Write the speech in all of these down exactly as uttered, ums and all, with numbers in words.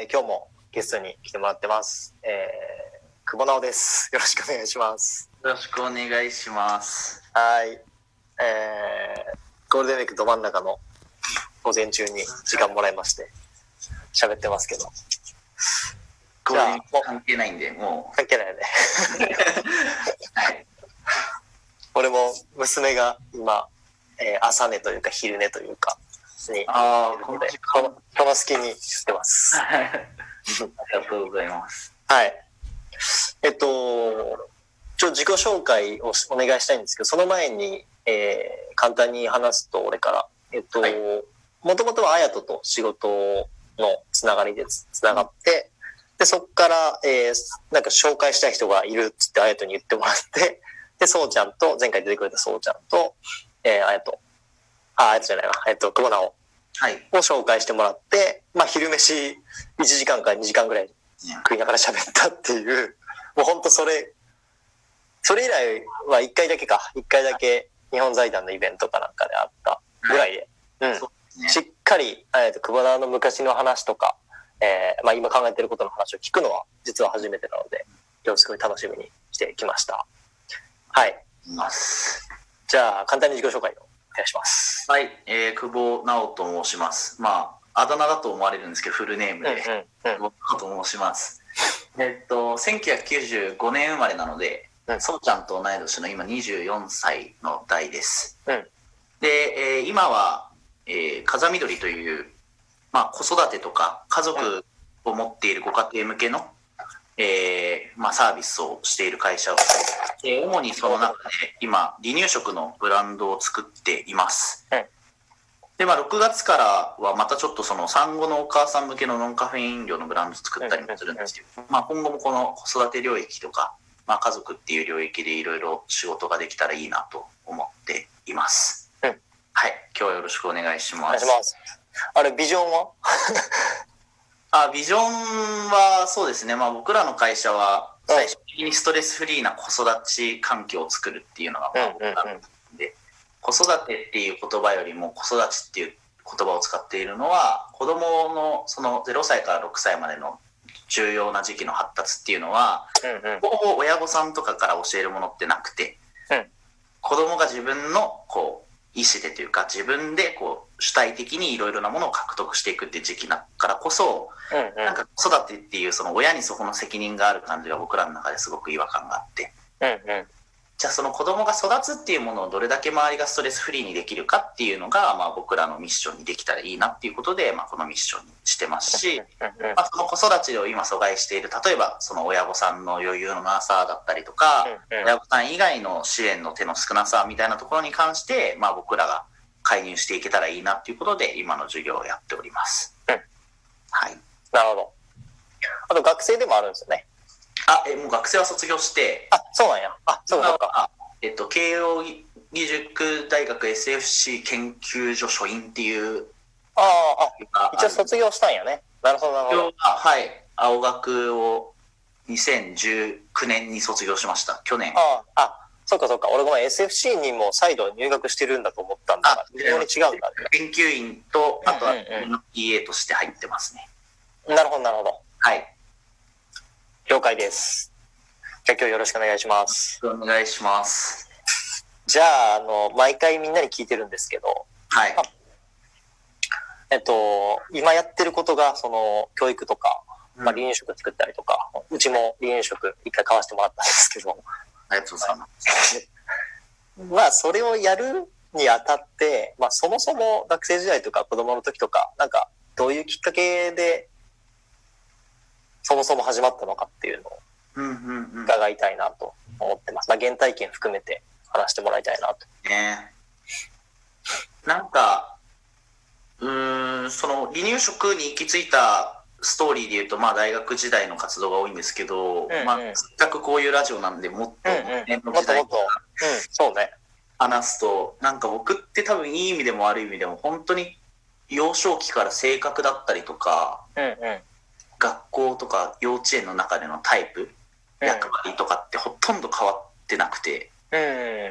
えー、今日もゲストに来てもらってます、えー、久保直です。よろしくお願いします。 よろしくお願いします。 はい、えー、ゴールデンウィークど真ん中の午前中に時間もらいまして喋ってますけど、 ゴールデンウィーク関係ないんで、もう関係ないよねはい、 俺も娘が今、えー、朝寝というか昼寝というかにあーこのこのこの隙にしてますありがとうございます。 はい。えっとちょっと自己紹介をお願いしたいんですけど、その前に、えー、簡単に話すと俺からえっと、はい、もともとは綾人と仕事のつながりでつながって、でそこから、えー、なんか紹介したい人がいるっつって綾人に言ってもらって、でそうちゃんと前回出てくれたそうちゃんと、えー、綾人あ綾人じゃないなえっと久保直を紹介してもらって、まあ昼飯いちじかんからにじかんぐらい食いながら喋ったっていう、もう本当それそれ以来はいっかいだけかいっかいだけ日本財団のイベントかなんかであったぐらいで、はい、うん、ね、しっかり久保直の昔の話とか、えーまあ、今考えてることの話を聞くのは実は初めてなので、今日すごい楽しみにしてきました。はい、じゃあ簡単に自己紹介をお願いします。 はい、えー、久保直と申します。まああだ名だと思われるんですけどフルネームで、うんうんうん、久保直と申します。えっとせんきゅうひゃくきゅうじゅうごねん生まれなので、うん、そうちゃんと同い年の今にじゅうよんさいの代です、うん、で、えー、今は、えー、風見鶏という、まあ、子育てとか家族を持っているご家庭向けの、えーまあ、サービスをしている会社を、えー、主にその中で今離乳食のブランドを作っています、うん、で、まあ、ろくがつからはまたちょっとその産後のお母さん向けのノンカフェ飲料のブランドを作ったりもするんですけど、まあ、今後もこの子育て領域とか、まあ、家族っていう領域でいろいろ仕事ができたらいいなと思っています、うん、はい、今日はよろしくお願いします。お願いします。 あれビジョンはあビジョンはそうですね、まあ、僕らの会社は最終的にストレスフリーな子育ち環境を作るっていうのがまあ僕らので、子育てっていう言葉よりも子育ちっていう言葉を使っているのは、子供のそのゼロさいからろくさいまでの重要な時期の発達っていうのは、うんうん、ほぼ親御さんとかから教えるものってなくて、うん、子供が自分のこう意思でというか自分でこう主体的にいろいろなものを獲得していくっていう時期だからこそ、うんうん、なんか子育てっていうその親にそこの責任がある感じが僕らの中ですごく違和感があって、うんうん、じゃあその子供が育つっていうものをどれだけ周りがストレスフリーにできるかっていうのが、まあ、僕らのミッションにできたらいいなっていうことで、まあ、このミッションにしてますし、まあ、その子育ちを今阻害している例えばその親御さんの余裕のなさだったりとか、うんうん、親御さん以外の支援の手の少なさみたいなところに関して、まあ、僕らが介入していけたらいいなっていうことで今の授業をやっております、うん、はい。 なるほど。あと学生でもあるんですよね。 あえもう学生は卒業して、 あそうなんや。あそうかか。 えっと、慶応義塾大学 エスエフシー 研究所所員っていうああ一応卒業したんやね。なるほどなるほど。 はい青学をにせんじゅうきゅうねんに卒業しました。去年。 ああそうかそうか、俺ごめん エスエフシー にも再度入学してるんだと思ったんだが非常に違うんだね。 研究員とあとは エムピーエー として入ってますね、 うんうんうん、なるほどなるほど。 はい了解です。じゃあ今日よろしくお願いします。 お願いします。 じゃあ、あの毎回みんなに聞いてるんですけど、 はい、 えっと今やってることがその教育とか、まあ、離乳食作ったりとか、うん、うちも離乳食一回買わせてもらったんですけど、 ありがとうございます。 まあそれをやるにあたって、まあそもそも学生時代とか子供の時とかなんかどういうきっかけでそもそも始まったのかっていうのを伺いたいなと思ってます。まあ、原体験含めて話してもらいたいなと。 ね、なんかうーんその離乳食に行き着いたストーリーでいうと、まあ大学時代の活動が多いんですけど、うんうん、まあせっかくこういうラジオなんでもっと年の時代とかそうね話すと、なんか僕って多分いい意味でも悪い意味でも本当に幼少期から性格だったりとか、うんうん、学校とか幼稚園の中でのタイプ、役割とかってほとんど変わってなくて、うん、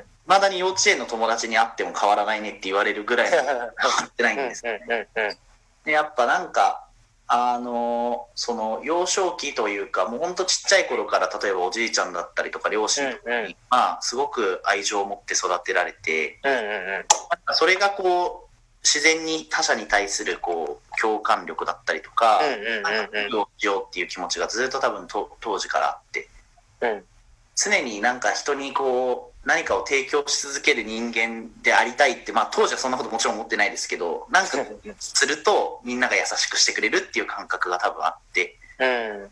まだに幼稚園の友達に会っても変わらないねって言われるぐらい変わってないんですよね。でやっぱなんかあのその幼少期というかもうほんとちっちゃい頃から例えばおじいちゃんだったりとか両親とかに、うんうん、まあすごく愛情を持って育てられて、うんうんうん、それがこう自然に他者に対するこう共感力だったりとか、ようしようっていう気持ちがずっと多分と当時からあって、うん、常になんか人にこう何かを提供し続ける人間でありたいって、まあ当時はそんなこともちろん思ってないですけど、なんかするとみんなが優しくしてくれるっていう感覚が多分あって、うん、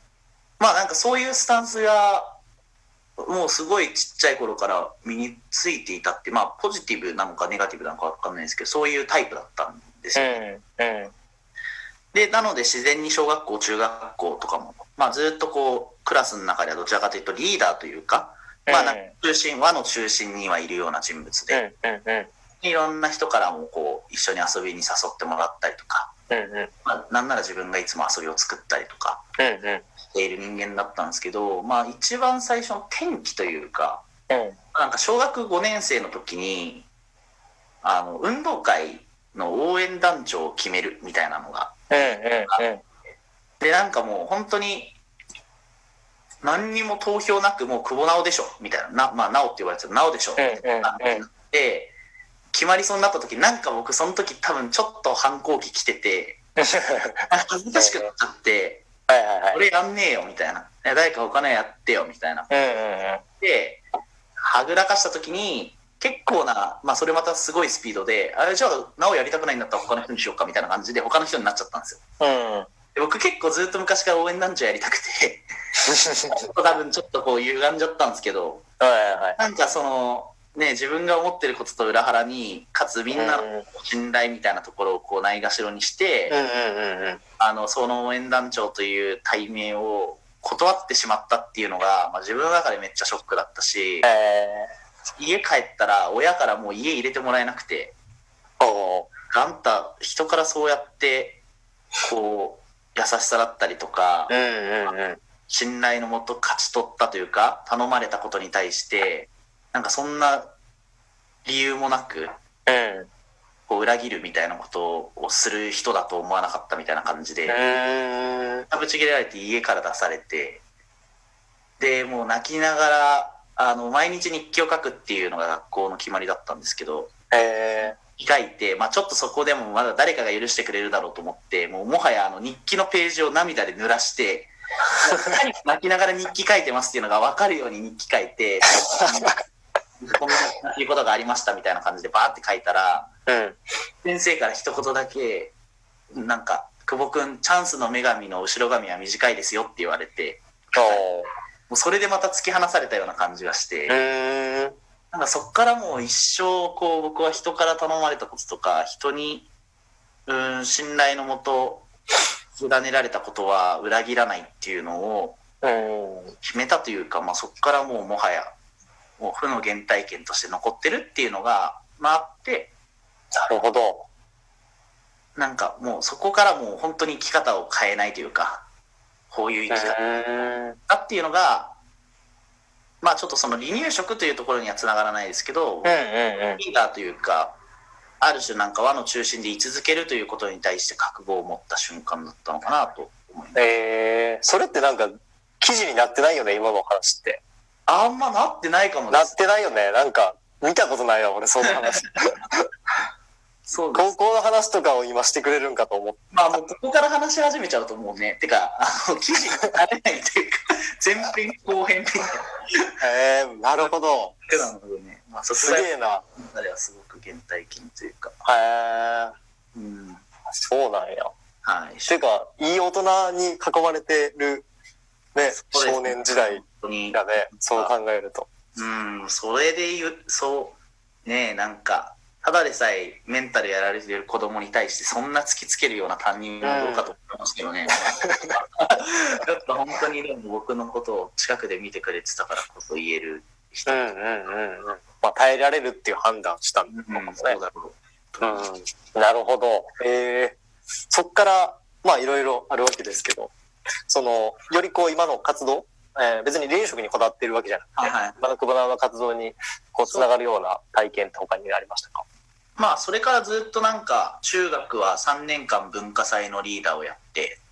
まあなんかそういうスタンスがもうすごいちっちゃい頃から身についていたって、まあポジティブなのかネガティブなのか分かんないですけど、そういうタイプだったんですよね。うんうん、で、なので自然に小学校、中学校とかも、まあずっとこうクラスの中ではどちらかというとリーダーというか、まあ、中心輪の中心にはいるような人物で、うんうんうん、いろんな人からもこう一緒に遊びに誘ってもらったりとか、うんうんまあ、なんなら自分がいつも遊びを作ったりとかしている人間だったんですけど、まあ、一番最初の転機というか、うん、なんか小学ごねん生の時にあの運動会の応援団長を決めるみたいなのが、うんうんうん、でなんかもう本当に何にも投票なくもう久保直でしょみたいな、なまあ直って言われてた直でしょみたいな感じになって決まりそうになった時、なんか僕その時多分ちょっと反抗期来てて恥ずかしくなっちゃって俺やんねえよみたいな、誰か他のやってよみたいなではぐらかした時に結構な、まあそれまたすごいスピードで、あれじゃあ直やりたくないんだったら他の人にしようかみたいな感じで他の人になっちゃったんですよ。うん僕結構ずっと昔から応援団長やりたくて多分ちょっとこう歪んじゃったんですけど、はいはい、なんかそのね自分が思ってることと裏腹にかつみんなの信頼みたいなところをこうないがしろにして、うんうんうん、あのその応援団長という対名を断ってしまったっていうのが、まあ、自分の中でめっちゃショックだったし、家帰ったら親からもう家入れてもらえなくて、あんた人からそうやってこう優しさだったりとか、うんうんうん、信頼のもと勝ち取ったというか頼まれたことに対してなんかそんな理由もなく、うん、こう裏切るみたいなことをする人だと思わなかったみたいな感じでぶち切れられて家から出されて、でもう泣きながらあの毎日日記を書くっていうのが学校の決まりだったんですけど、へー書いて、まあ、ちょっとそこでもまだ誰かが許してくれるだろうと思ってもうもはやあの日記のページを涙で濡らして泣きながら日記書いてますっていうのが分かるように日記書いてこんないうことがありましたみたいな感じでバーって書いたら、うん、先生から一言だけなんか久保くんチャンスの女神の後ろ髪は短いですよって言われて、もうそれでまた突き放されたような感じがして、なんかそっからもう一生こう僕は人から頼まれたこととか人にうん信頼のもと委ねられたことは裏切らないっていうのを決めたというか、まあ、そっからもうもはやもう負の原体験として残ってるっていうのが、まあ、あって、なるほど。なんかもうそこからもう本当に生き方を変えないというかこういう生き方だっていうのがまあちょっとその離乳食というところにはつながらないですけど、うんうんうん、リーダーというかある種なんか輪の中心で居続けるということに対して覚悟を持った瞬間だったのかなと思います。えー、それってなんか記事になってないよね今の話って。あんまなってないかもです。なってないよね。なんか見たことないわ俺そんな話。そうです。高校の話とかを今してくれるんかと思って。まあもうここから話し始めちゃうともうね、てかあの記事になれないというか前編後編みたいな。へえー、なるほど。なのでね、まあ、すげえな。あれはすごく原体験というか。へえー。うん。そうなんや。はい。ていうかいい大人に囲まれてるね少年時代がね、そう考えると。うん、それで言うそうねなんか。ただでさえメンタルやられている子供に対してそんな突きつけるような担任もどうかと思いますけどね。ちょっと本当にでも僕のことを近くで見てくれてたからこそ言える人。うんうんうんうん。まあ耐えられるっていう判断したんですね。うん、そうだろう。うん。なるほど。えー、そっからまあいろいろあるわけですけど、そのよりこう今の活動。えー、別に離乳食にこだわってるわけじゃなくて、はいはい、今の久保直の活動にこうつながるような体験って他にありましたか？まあそれからずっとなんか中学はさんねんかん文化祭のリーダーをやって、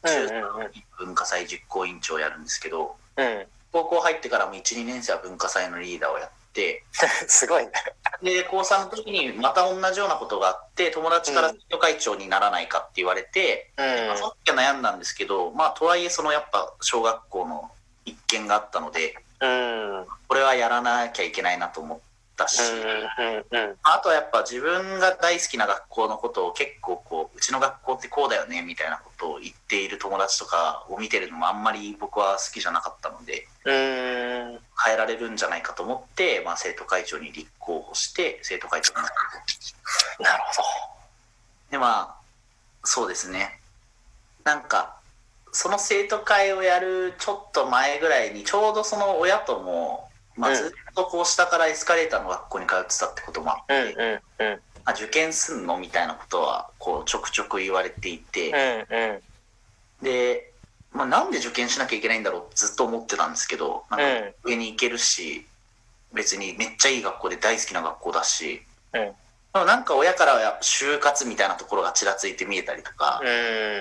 中さんに文化祭実行委員長をやるんですけど、 うん、 高校入ってからもいち、にねん生は文化祭のリーダーをやって、 すごいね。 で、高さんの時にまた同じようなことがあって、友達から生徒会長にならないかって言われて、うん、まあ、その時は悩んだんですけど、まあ、とはいえ、そのやっぱ小学校の一件があったので、うん、これはやらなきゃいけないなと思ったし、うんうんうん、あとはやっぱ自分が大好きな学校のことを結構こう、うちの学校ってこうだよねみたいなことを言っている友達とかを見てるのもあんまり僕は好きじゃなかったので、うん、変えられるんじゃないかと思って、まあ、生徒会長に立候補して生徒会長になった。 なるほど。 でまあそうですね、なんかその生徒会をやるちょっと前ぐらいにちょうどその親とも、まあ、ずっとこう下からエスカレーターの学校に通ってたってこともあって、うんうんうん、あ受験すんのみたいなことはこうちょくちょく言われていて、うんうん、で、まあ、なんで受験しなきゃいけないんだろうってずっと思ってたんですけど、なんか上に行けるし、別にめっちゃいい学校で大好きな学校だし、うん、でもなんか親からは就活みたいなところがちらついて見えたりとか、うん、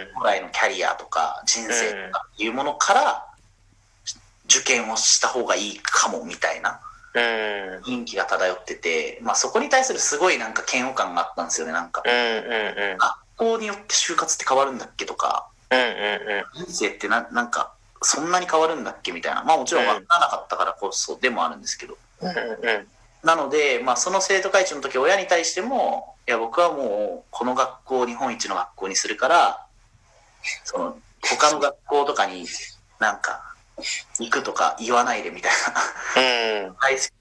将来のキャリアとか人生とかいうものから受験をした方がいいかもみたいな雰囲気が漂ってて、まあ、そこに対するすごいなんか嫌悪感があったんですよね。なんか、うんうんうん、学校によって就活って変わるんだっけとか、うんうんうん、人生ってな、なんかそんなに変わるんだっけみたいな、まあもちろん分からなかったからこそでもあるんですけど、うんうん、なので、まあ、その生徒会長の時親に対しても、いや僕はもうこの学校を日本一の学校にするから、その他の学校とかになんか行くとか言わないでみたいな、うん、大好